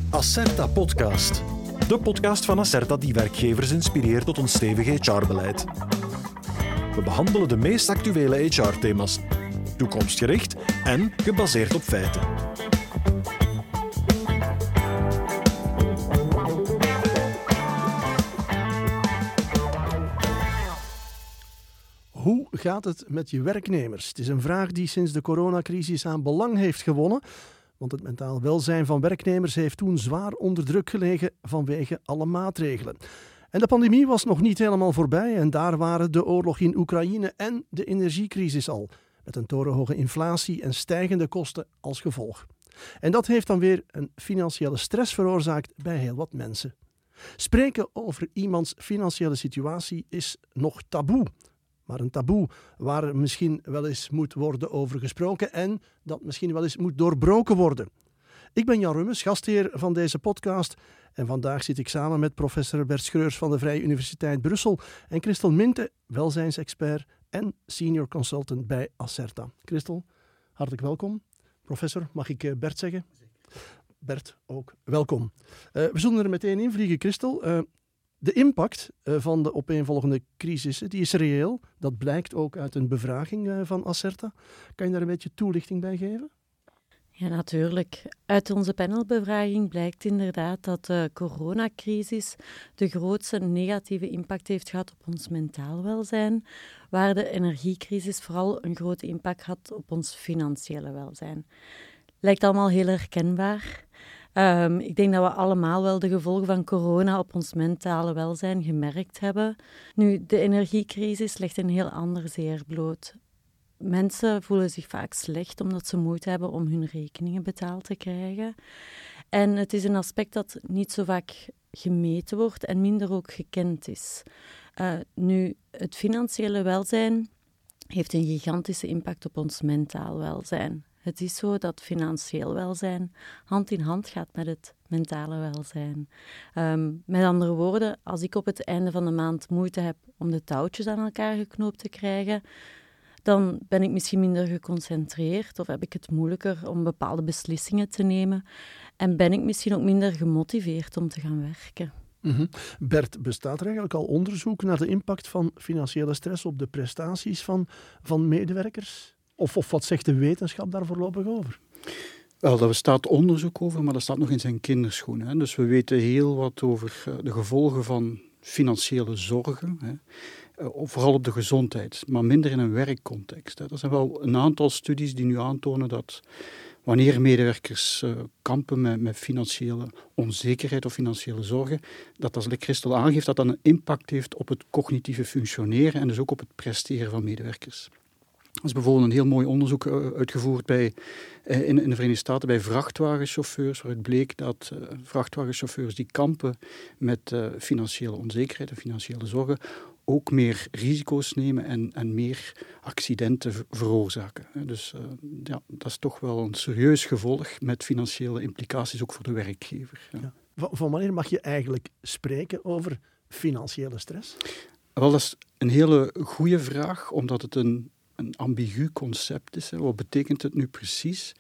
Acerta Podcast. De podcast van Acerta die werkgevers inspireert tot een stevig HR-beleid. We behandelen de meest actuele HR-thema's. Toekomstgericht en gebaseerd op feiten. Hoe gaat het met je werknemers? Het is een vraag die sinds de coronacrisis aan belang heeft gewonnen, want het mentaal welzijn van werknemers heeft toen zwaar onder druk gelegen vanwege alle maatregelen. En de pandemie was nog niet helemaal voorbij en daar waren de oorlog in Oekraïne en de energiecrisis al, met een torenhoge inflatie en stijgende kosten als gevolg. En dat heeft dan weer een financiële stress veroorzaakt bij heel wat mensen. Spreken over iemands financiële situatie is nog taboe. Maar een taboe waar er misschien wel eens moet worden over gesproken en dat misschien wel eens moet doorbroken worden. Ik ben Jan Rummes, gastheer van deze podcast en vandaag zit ik samen met professor Bert Schreurs van de Vrije Universiteit Brussel en Christel Minte, welzijnsexpert en senior consultant bij Acerta. Christel, hartelijk welkom. Professor, mag ik Bert zeggen? Bert, ook welkom. We zullen er meteen in vliegen, Christel. De impact van de opeenvolgende crisissen die is reëel. Dat blijkt ook uit een bevraging van Acerta. Kan je daar een beetje toelichting bij geven? Ja, natuurlijk. Uit onze panelbevraging blijkt inderdaad dat de coronacrisis de grootste negatieve impact heeft gehad op ons mentaal welzijn, waar de energiecrisis vooral een grote impact had op ons financiële welzijn. Lijkt allemaal heel herkenbaar. Ik denk dat we allemaal wel de gevolgen van corona op ons mentale welzijn gemerkt hebben. Nu, de energiecrisis legt een heel ander zeer bloot. Mensen voelen zich vaak slecht omdat ze moeite hebben om hun rekeningen betaald te krijgen. En het is een aspect dat niet zo vaak gemeten wordt en minder ook gekend is. Nu, het financiële welzijn heeft een gigantische impact op ons mentaal welzijn. Het is zo dat financieel welzijn hand in hand gaat met het mentale welzijn. Met andere woorden, als ik op het einde van de maand moeite heb om de touwtjes aan elkaar geknoopt te krijgen, dan ben ik misschien minder geconcentreerd of heb ik het moeilijker om bepaalde beslissingen te nemen en ben ik misschien ook minder gemotiveerd om te gaan werken. Mm-hmm. Bert, bestaat er eigenlijk al onderzoek naar de impact van financiële stress op de prestaties van medewerkers? Of wat zegt de wetenschap daar voorlopig over? Wel, daar bestaat onderzoek over, maar dat staat nog in zijn kinderschoenen. Hè. Dus we weten heel wat over de gevolgen van financiële zorgen, hè. Vooral op de gezondheid, maar minder in een werkcontext. Hè. Er zijn wel een aantal studies die nu aantonen dat wanneer medewerkers kampen met financiële onzekerheid of financiële zorgen, dat als Christel aangeeft, dat een impact heeft op het cognitieve functioneren en dus ook op het presteren van medewerkers. Er is bijvoorbeeld een heel mooi onderzoek uitgevoerd in de Verenigde Staten bij vrachtwagenchauffeurs, waaruit bleek dat vrachtwagenchauffeurs die kampen met financiële onzekerheid en financiële zorgen ook meer risico's nemen en meer accidenten veroorzaken. Dus dat is toch wel een serieus gevolg met financiële implicaties ook voor de werkgever. Ja. Van wanneer mag je eigenlijk spreken over financiële stress? Wel, dat is een hele goede vraag, omdat het een ambigu concept is. Hè. Wat betekent het nu precies?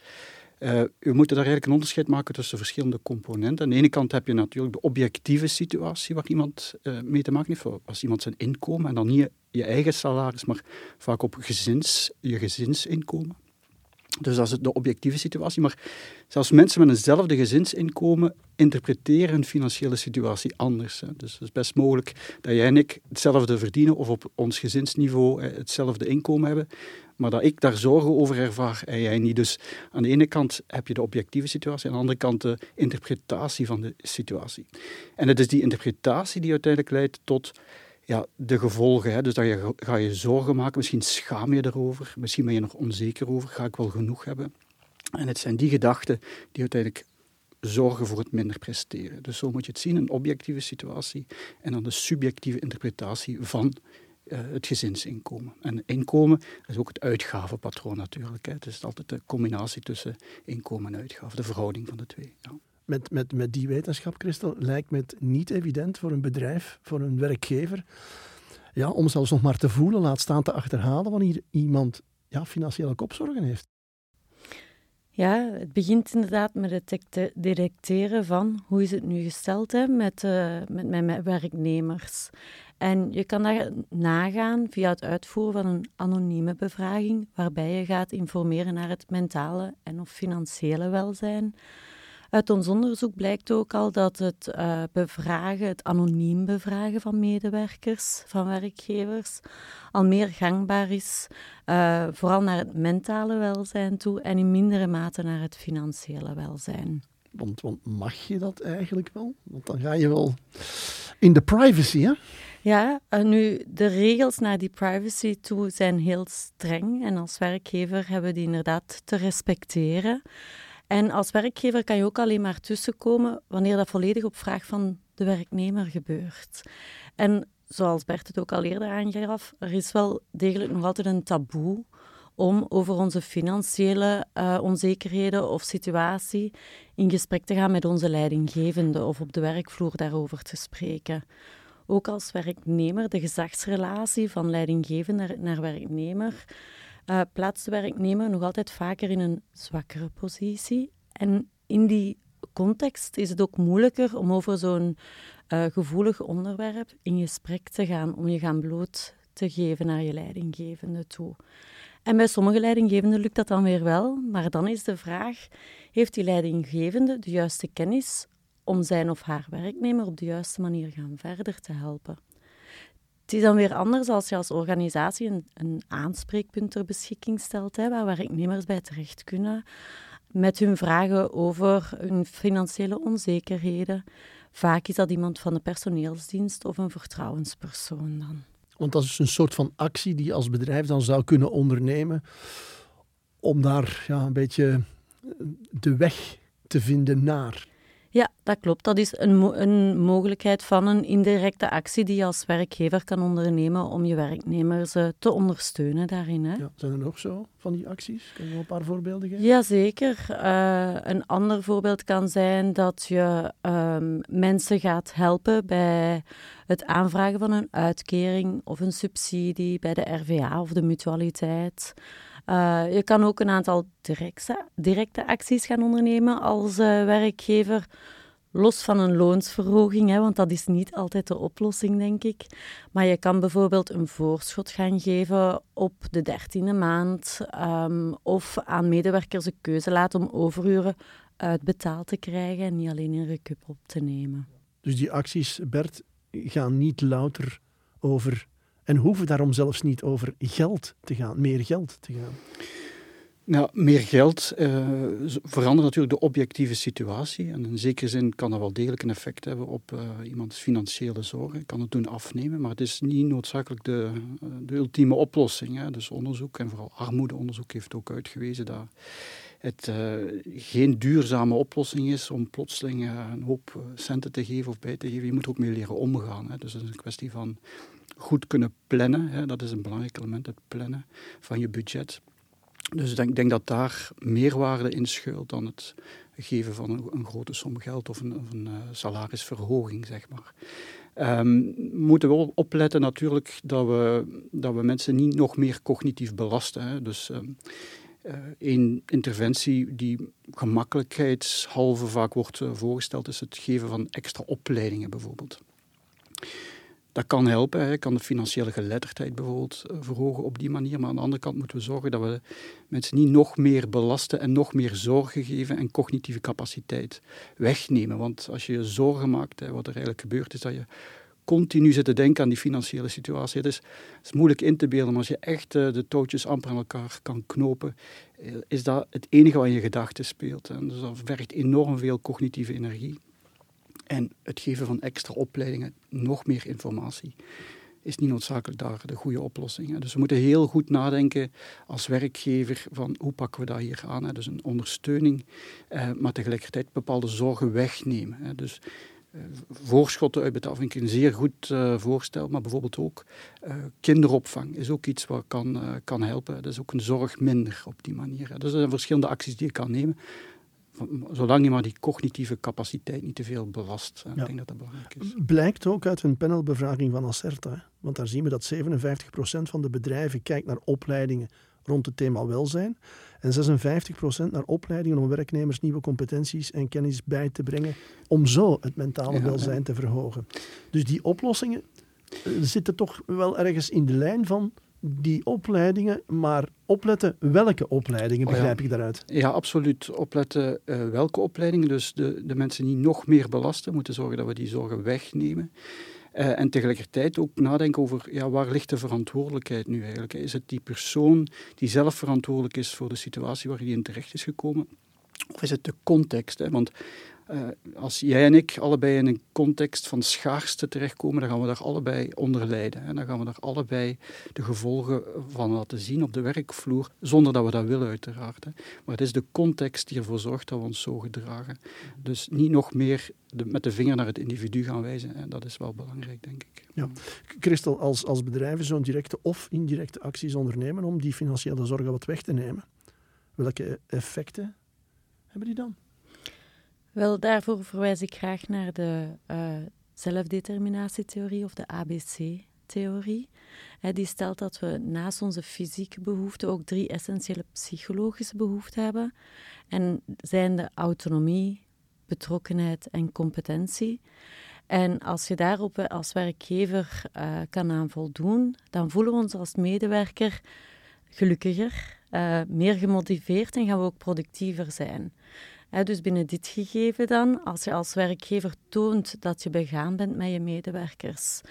We moeten daar eigenlijk een onderscheid maken tussen verschillende componenten. Aan de ene kant heb je natuurlijk de objectieve situatie waar iemand mee te maken heeft. Als iemand zijn inkomen, en dan niet je eigen salaris, maar vaak op je gezinsinkomen. Dus dat is de objectieve situatie. Maar zelfs mensen met eenzelfde gezinsinkomen interpreteren hun financiële situatie anders. Hè. Dus het is best mogelijk dat jij en ik hetzelfde verdienen of op ons gezinsniveau hetzelfde inkomen hebben, maar dat ik daar zorgen over ervaar en jij niet. Dus aan de ene kant heb je de objectieve situatie, aan de andere kant de interpretatie van de situatie. En het is die interpretatie die uiteindelijk leidt tot de gevolgen. Hè. Dus ga je zorgen maken, misschien schaam je erover, misschien ben je nog onzeker over, ga ik wel genoeg hebben? En het zijn die gedachten die uiteindelijk zorgen voor het minder presteren. Dus zo moet je het zien, een objectieve situatie en dan de subjectieve interpretatie van het gezinsinkomen. En inkomen is ook het uitgavenpatroon natuurlijk. Hè. Het is altijd de combinatie tussen inkomen en uitgaven, de verhouding van de twee. Ja. Met die wetenschap, Christel, lijkt me het niet evident voor een bedrijf, voor een werkgever, om zelfs nog maar te voelen, laat staan te achterhalen wanneer iemand financiële kopzorgen heeft. Ja, het begint inderdaad met het detecteren van hoe is het nu gesteld met mijn werknemers. En je kan dat nagaan via het uitvoeren van een anonieme bevraging, waarbij je gaat informeren naar het mentale en of financiële welzijn. Uit ons onderzoek blijkt ook al dat het het anoniem bevragen van medewerkers, van werkgevers, al meer gangbaar is, vooral naar het mentale welzijn toe en in mindere mate naar het financiële welzijn. Want mag je dat eigenlijk wel? Want dan ga je wel in de privacy, hè? Ja, nu, de regels naar die privacy toe zijn heel streng en als werkgever hebben we die inderdaad te respecteren. En als werkgever kan je ook alleen maar tussenkomen wanneer dat volledig op vraag van de werknemer gebeurt. En zoals Bert het ook al eerder aangaf, er is wel degelijk nog altijd een taboe om over onze financiële onzekerheden of situatie in gesprek te gaan met onze leidinggevende of op de werkvloer daarover te spreken. Ook als werknemer, de gezagsrelatie van leidinggevende naar werknemer plaatst de werknemer nog altijd vaker in een zwakkere positie. En in die context is het ook moeilijker om over zo'n gevoelig onderwerp in gesprek te gaan, om je gaan bloot te geven naar je leidinggevende toe. En bij sommige leidinggevenden lukt dat dan weer wel, maar dan is de vraag, heeft die leidinggevende de juiste kennis om zijn of haar werknemer op de juiste manier gaan verder te helpen? Het is dan weer anders als je als organisatie een aanspreekpunt ter beschikking stelt, waar werknemers bij terecht kunnen met hun vragen over hun financiële onzekerheden. Vaak is dat iemand van de personeelsdienst of een vertrouwenspersoon dan. Want dat is een soort van actie die je als bedrijf dan zou kunnen ondernemen om daar een beetje de weg te vinden naar. Ja, dat klopt. Dat is een mogelijkheid van een indirecte actie die je als werkgever kan ondernemen om je werknemers te ondersteunen daarin. Hè? Ja, zijn er nog zo van die acties? Kun je nog een paar voorbeelden geven? Jazeker. Een ander voorbeeld kan zijn dat je mensen gaat helpen bij het aanvragen van een uitkering of een subsidie bij de RVA of de mutualiteit. Je kan ook een aantal directe acties gaan ondernemen als werkgever, los van een loonsverhoging, want dat is niet altijd de oplossing, denk ik. Maar je kan bijvoorbeeld een voorschot gaan geven op de 13e maand of aan medewerkers de keuze laten om overuren uitbetaald te krijgen en niet alleen in recup op te nemen. Dus die acties, Bert, gaan niet louter over... En hoeven daarom zelfs niet over geld te gaan, meer geld te gaan. Nou, meer geld verandert natuurlijk de objectieve situatie. En in zekere zin kan dat wel degelijk een effect hebben op iemands financiële zorgen. Kan het doen afnemen, maar het is niet noodzakelijk de ultieme oplossing. Hè. Dus onderzoek, en vooral armoedeonderzoek, heeft ook uitgewezen dat het geen duurzame oplossing is om plotseling een hoop centen te geven of bij te geven. Je moet er ook mee leren omgaan. Hè. Dus het is een kwestie van goed kunnen plannen. Hè. Dat is een belangrijk element, het plannen van je budget. Dus ik denk dat daar meerwaarde in schuilt dan het geven van een grote som geld of een salarisverhoging, zeg maar. We moeten wel opletten natuurlijk dat we mensen niet nog meer cognitief belasten. Hè. Dus een interventie die gemakkelijkheidshalve vaak wordt voorgesteld is het geven van extra opleidingen bijvoorbeeld. Dat kan helpen, hè. Kan de financiële geletterdheid bijvoorbeeld verhogen op die manier. Maar aan de andere kant moeten we zorgen dat we mensen niet nog meer belasten en nog meer zorgen geven en cognitieve capaciteit wegnemen. Want als je je zorgen maakt, wat er eigenlijk gebeurt, is dat je continu zit te denken aan die financiële situatie. Het is moeilijk in te beelden, maar als je echt de touwtjes amper aan elkaar kan knopen, is dat het enige wat in je gedachten speelt. En dus dat vergt enorm veel cognitieve energie. En het geven van extra opleidingen, nog meer informatie, is niet noodzakelijk daar de goede oplossing. Dus we moeten heel goed nadenken als werkgever van hoe pakken we dat hier aan. Dus een ondersteuning, maar tegelijkertijd bepaalde zorgen wegnemen. Dus voorschotten uitbetalen vind ik een zeer goed voorstel, maar bijvoorbeeld ook kinderopvang is ook iets wat kan helpen. Dat is ook een zorg minder op die manier. Dus er zijn verschillende acties die je kan nemen. Zolang je maar die cognitieve capaciteit niet te veel belast. Ik denk dat dat belangrijk is. Blijkt ook uit een panelbevraging van Acerta. Hè? Want daar zien we dat 57% van de bedrijven kijkt naar opleidingen rond het thema welzijn. en 56% naar opleidingen om werknemers nieuwe competenties en kennis bij te brengen om zo het mentale welzijn te verhogen. Dus die oplossingen zitten toch wel ergens in de lijn van die opleidingen, maar opletten welke opleidingen, begrijp ik daaruit? Ja, absoluut. Opletten welke opleidingen, dus de mensen niet nog meer belasten, moeten zorgen dat we die zorgen wegnemen. En tegelijkertijd ook nadenken over waar ligt de verantwoordelijkheid nu eigenlijk? Is het die persoon die zelf verantwoordelijk is voor de situatie waar hij in terecht is gekomen? Of is het de context? Hè? Want als jij en ik allebei in een context van schaarste terechtkomen, dan gaan we daar allebei onder lijden. En dan gaan we daar allebei de gevolgen van laten zien op de werkvloer, zonder dat we dat willen uiteraard. Hè. Maar het is de context die ervoor zorgt dat we ons zo gedragen. Dus niet nog meer met de vinger naar het individu gaan wijzen. En dat is wel belangrijk, denk ik. Ja. Christel, als bedrijven zo'n directe of indirecte acties ondernemen om die financiële zorgen wat weg te nemen, welke effecten hebben die dan? Wel, daarvoor verwijs ik graag naar de zelfdeterminatietheorie of de ABC-theorie. Die stelt dat we naast onze fysieke behoeften ook 3 essentiële psychologische behoeften hebben. En zijn de autonomie, betrokkenheid en competentie. En als je daarop als werkgever kan aan voldoen, dan voelen we ons als medewerker gelukkiger, meer gemotiveerd en gaan we ook productiever zijn. Dus binnen dit gegeven dan, als je als werkgever toont dat je begaan bent met je medewerkers,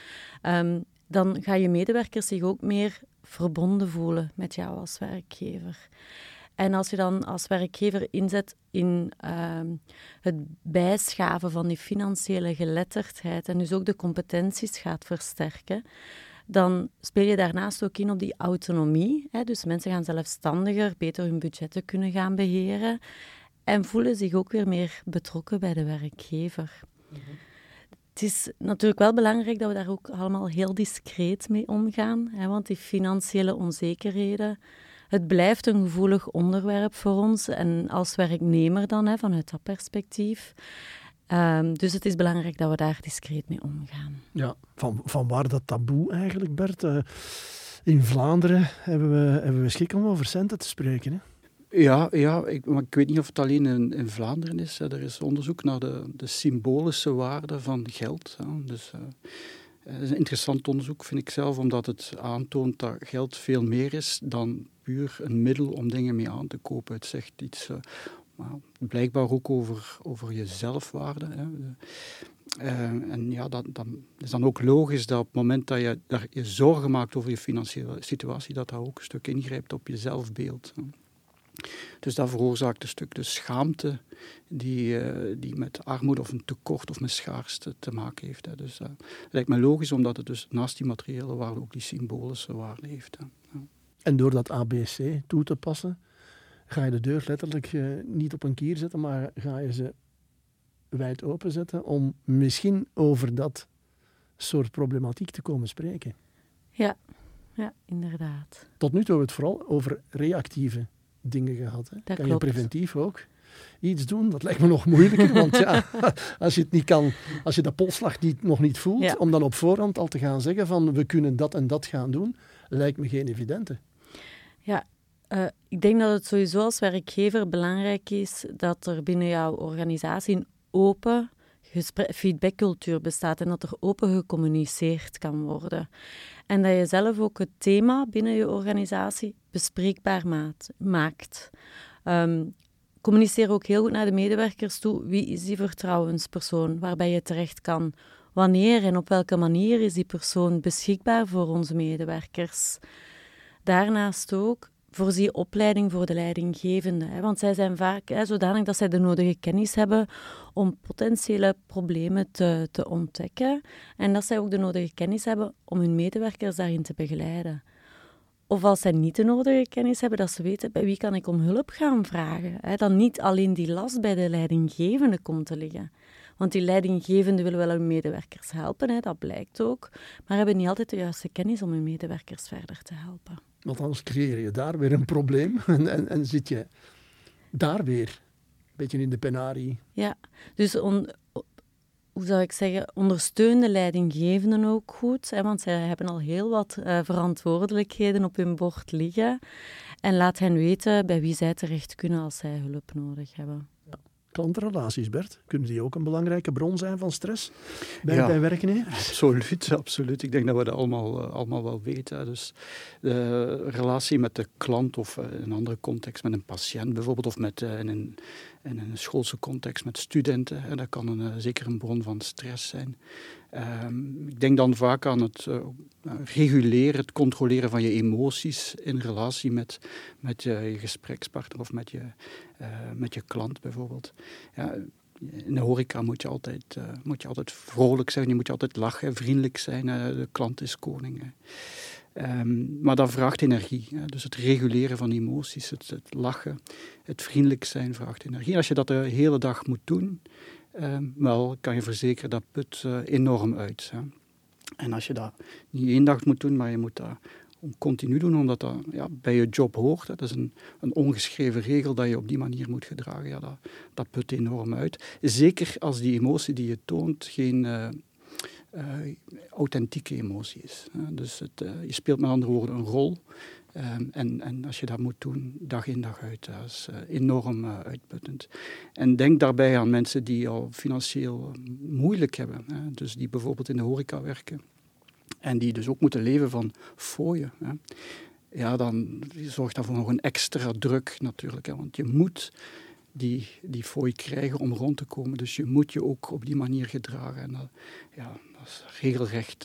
dan gaan je medewerkers zich ook meer verbonden voelen met jou als werkgever. En als je dan als werkgever inzet in het bijschaven van die financiële geletterdheid en dus ook de competenties gaat versterken, dan speel je daarnaast ook in op die autonomie. Dus mensen gaan zelfstandiger, beter hun budgetten kunnen gaan beheren en voelen zich ook weer meer betrokken bij de werkgever. Mm-hmm. Het is natuurlijk wel belangrijk dat we daar ook allemaal heel discreet mee omgaan, want die financiële onzekerheden, het blijft een gevoelig onderwerp voor ons en als werknemer dan, vanuit dat perspectief. Dus het is belangrijk dat we daar discreet mee omgaan. Ja, van waar dat taboe eigenlijk, Bert? In Vlaanderen hebben we schik om over centen te spreken, hè? Maar ik weet niet of het alleen in Vlaanderen is. Er is onderzoek naar de symbolische waarde van geld. Dus het is een interessant onderzoek, vind ik zelf, omdat het aantoont dat geld veel meer is dan puur een middel om dingen mee aan te kopen. Het zegt iets blijkbaar ook over je zelfwaarde. Dat is dan ook logisch dat op het moment dat je je zorgen maakt over je financiële situatie, dat ook een stuk ingrijpt op je zelfbeeld. Dus dat veroorzaakt een stuk de schaamte die met armoede of een tekort of met schaarste te maken heeft. Dus het lijkt me logisch, omdat het dus naast die materiële waarde ook die symbolische waarde heeft. En door dat ABC toe te passen, ga je de deur letterlijk niet op een kier zetten, maar ga je ze wijd openzetten om misschien over dat soort problematiek te komen spreken. Ja, inderdaad. Tot nu toe hebben we het vooral over reactieve dingen gehad. Hè? Dat kan klopt. Je preventief ook iets doen? Dat lijkt me nog moeilijker, want als je het niet kan, als je de polsslag nog niet voelt, om dan op voorhand al te gaan zeggen van we kunnen dat en dat gaan doen, lijkt me geen evidente. Ja, ik denk dat het sowieso als werkgever belangrijk is dat er binnen jouw organisatie een open feedbackcultuur bestaat en dat er open gecommuniceerd kan worden. En dat je zelf ook het thema binnen je organisatie bespreekbaar maakt. Communiceer ook heel goed naar de medewerkers toe. Wie is die vertrouwenspersoon waarbij je terecht kan? Wanneer en op welke manier is die persoon beschikbaar voor onze medewerkers? Daarnaast ook voorzie opleiding voor de leidinggevende. Want zij zijn vaak zodanig dat zij de nodige kennis hebben om potentiële problemen te ontdekken. En dat zij ook de nodige kennis hebben om hun medewerkers daarin te begeleiden. Of als zij niet de nodige kennis hebben, dat ze weten bij wie kan ik om hulp gaan vragen. Dan niet alleen die last bij de leidinggevende komt te liggen. Want die leidinggevende willen wel hun medewerkers helpen, dat blijkt ook. Maar hebben niet altijd de juiste kennis om hun medewerkers verder te helpen. Want anders creëer je daar weer een probleem en zit je daar weer een beetje in de penarie. Ja, dus hoe zou ik zeggen, ondersteun de leidinggevenden ook goed, want zij hebben al heel wat verantwoordelijkheden op hun bord liggen. En laat hen weten bij wie zij terecht kunnen als zij hulp nodig hebben. Klantenrelaties, Bert, kunnen die ook een belangrijke bron zijn van stress bij werknemers? Absoluut. Ik denk dat we dat allemaal wel weten. Dus de relatie met de klant of in een andere context met een patiënt bijvoorbeeld, of in een schoolse context met studenten, dat kan zeker een bron van stress zijn. Ik denk dan vaak aan het reguleren, het controleren van je emoties in relatie met je gesprekspartner of met je klant bijvoorbeeld. Ja, in de horeca moet je altijd vrolijk zijn, je moet altijd lachen, vriendelijk zijn. De klant is koning. Maar dat vraagt energie. Dus het reguleren van emoties, het lachen, het vriendelijk zijn vraagt energie. En als je dat de hele dag moet doen, wel kan je verzekeren dat put enorm uit. En als je dat niet 1 dag moet doen, maar je moet dat continu doen, omdat dat bij je job hoort. Dat is een ongeschreven regel dat je op die manier moet gedragen. Ja, dat put enorm uit. Zeker als die emotie die je toont geen authentieke emotie is. Dus je speelt met andere woorden een rol. En als je dat moet doen, dag in dag uit, dat is enorm uitputtend. En denk daarbij aan mensen die al financieel moeilijk hebben. Dus die bijvoorbeeld in de horeca werken. En die dus ook moeten leven van fooien. Ja, dan zorgt dat voor nog een extra druk natuurlijk. Want je moet die fooi krijgen om rond te komen. Dus je moet je ook op die manier gedragen. En dat is regelrecht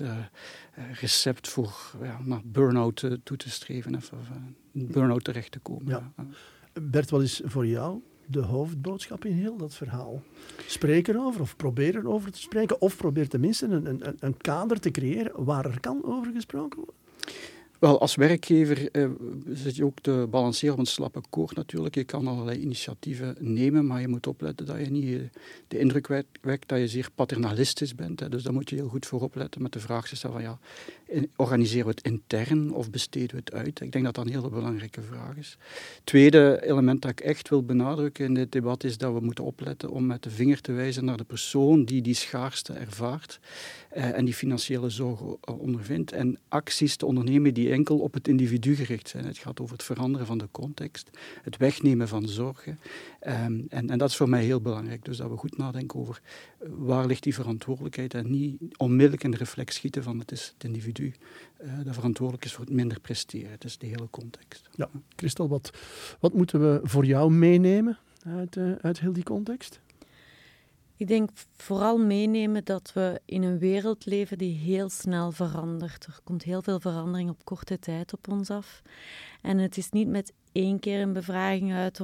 recept voor naar burn-out toe te streven. Of burn-out terecht te komen. Ja. Bert, wat is voor jou de hoofdboodschap in heel dat verhaal? Spreek erover of probeer erover te spreken. Of probeer tenminste een kader te creëren waar er kan over gesproken worden. Wel, als werkgever zit je ook te balanceren op een slappe koord natuurlijk. Je kan allerlei initiatieven nemen, maar je moet opletten dat je niet de indruk wekt dat je zeer paternalistisch bent. Dus daar moet je heel goed voor opletten met de vraag te stellen van organiseren we het intern of besteden we het uit? Ik denk dat dat een hele belangrijke vraag is. Tweede element dat ik echt wil benadrukken in dit debat is dat we moeten opletten om met de vinger te wijzen naar de persoon die schaarste ervaart en die financiële zorgen ondervindt en acties te ondernemen die enkel op het individu gericht zijn. Het gaat over het veranderen van de context, het wegnemen van zorgen. En dat is voor mij heel belangrijk. Dus dat we goed nadenken over waar ligt die verantwoordelijkheid en niet onmiddellijk in de reflex schieten van het is het individu dat verantwoordelijk is voor het minder presteren. Het is de hele context. Ja, Christel, wat moeten we voor jou meenemen uit heel die context? Ik denk vooral meenemen dat we in een wereld leven die heel snel verandert. Er komt heel veel verandering op korte tijd op ons af. En het is niet met 1 keer een bevraging uit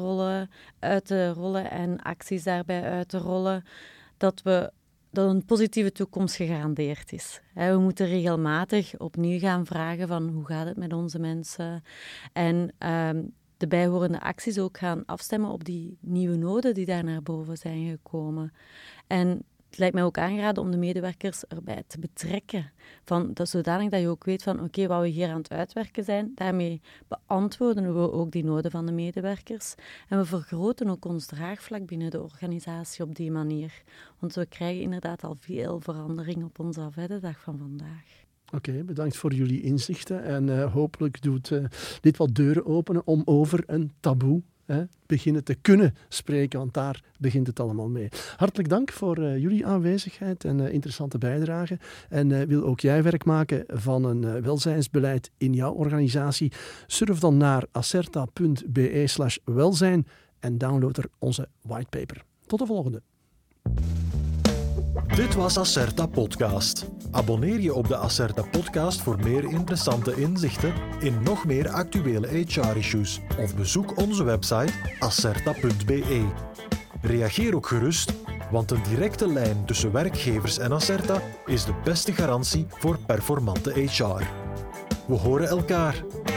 te rollen en acties daarbij uit te rollen, dat een positieve toekomst gegarandeerd is. We moeten regelmatig opnieuw gaan vragen van hoe gaat het met onze mensen en de bijhorende acties ook gaan afstemmen op die nieuwe noden die daar naar boven zijn gekomen. En het lijkt mij ook aangeraden om de medewerkers erbij te betrekken. Zodanig dat je ook weet van oké, wat we hier aan het uitwerken zijn, daarmee beantwoorden we ook die noden van de medewerkers. En we vergroten ook ons draagvlak binnen de organisatie op die manier. Want we krijgen inderdaad al veel verandering op ons af, de dag van vandaag. Oké, bedankt voor jullie inzichten en hopelijk doet dit wat deuren openen om over een taboe beginnen te kunnen spreken, want daar begint het allemaal mee. Hartelijk dank voor jullie aanwezigheid en interessante bijdrage. En wil ook jij werk maken van een welzijnsbeleid in jouw organisatie? Surf dan naar acerta.be/welzijn en download er onze whitepaper. Tot de volgende. Dit was Acerta Podcast. Abonneer je op de Acerta Podcast voor meer interessante inzichten in nog meer actuele HR-issues of bezoek onze website acerta.be. Reageer ook gerust, want een directe lijn tussen werkgevers en Acerta is de beste garantie voor performante HR. We horen elkaar.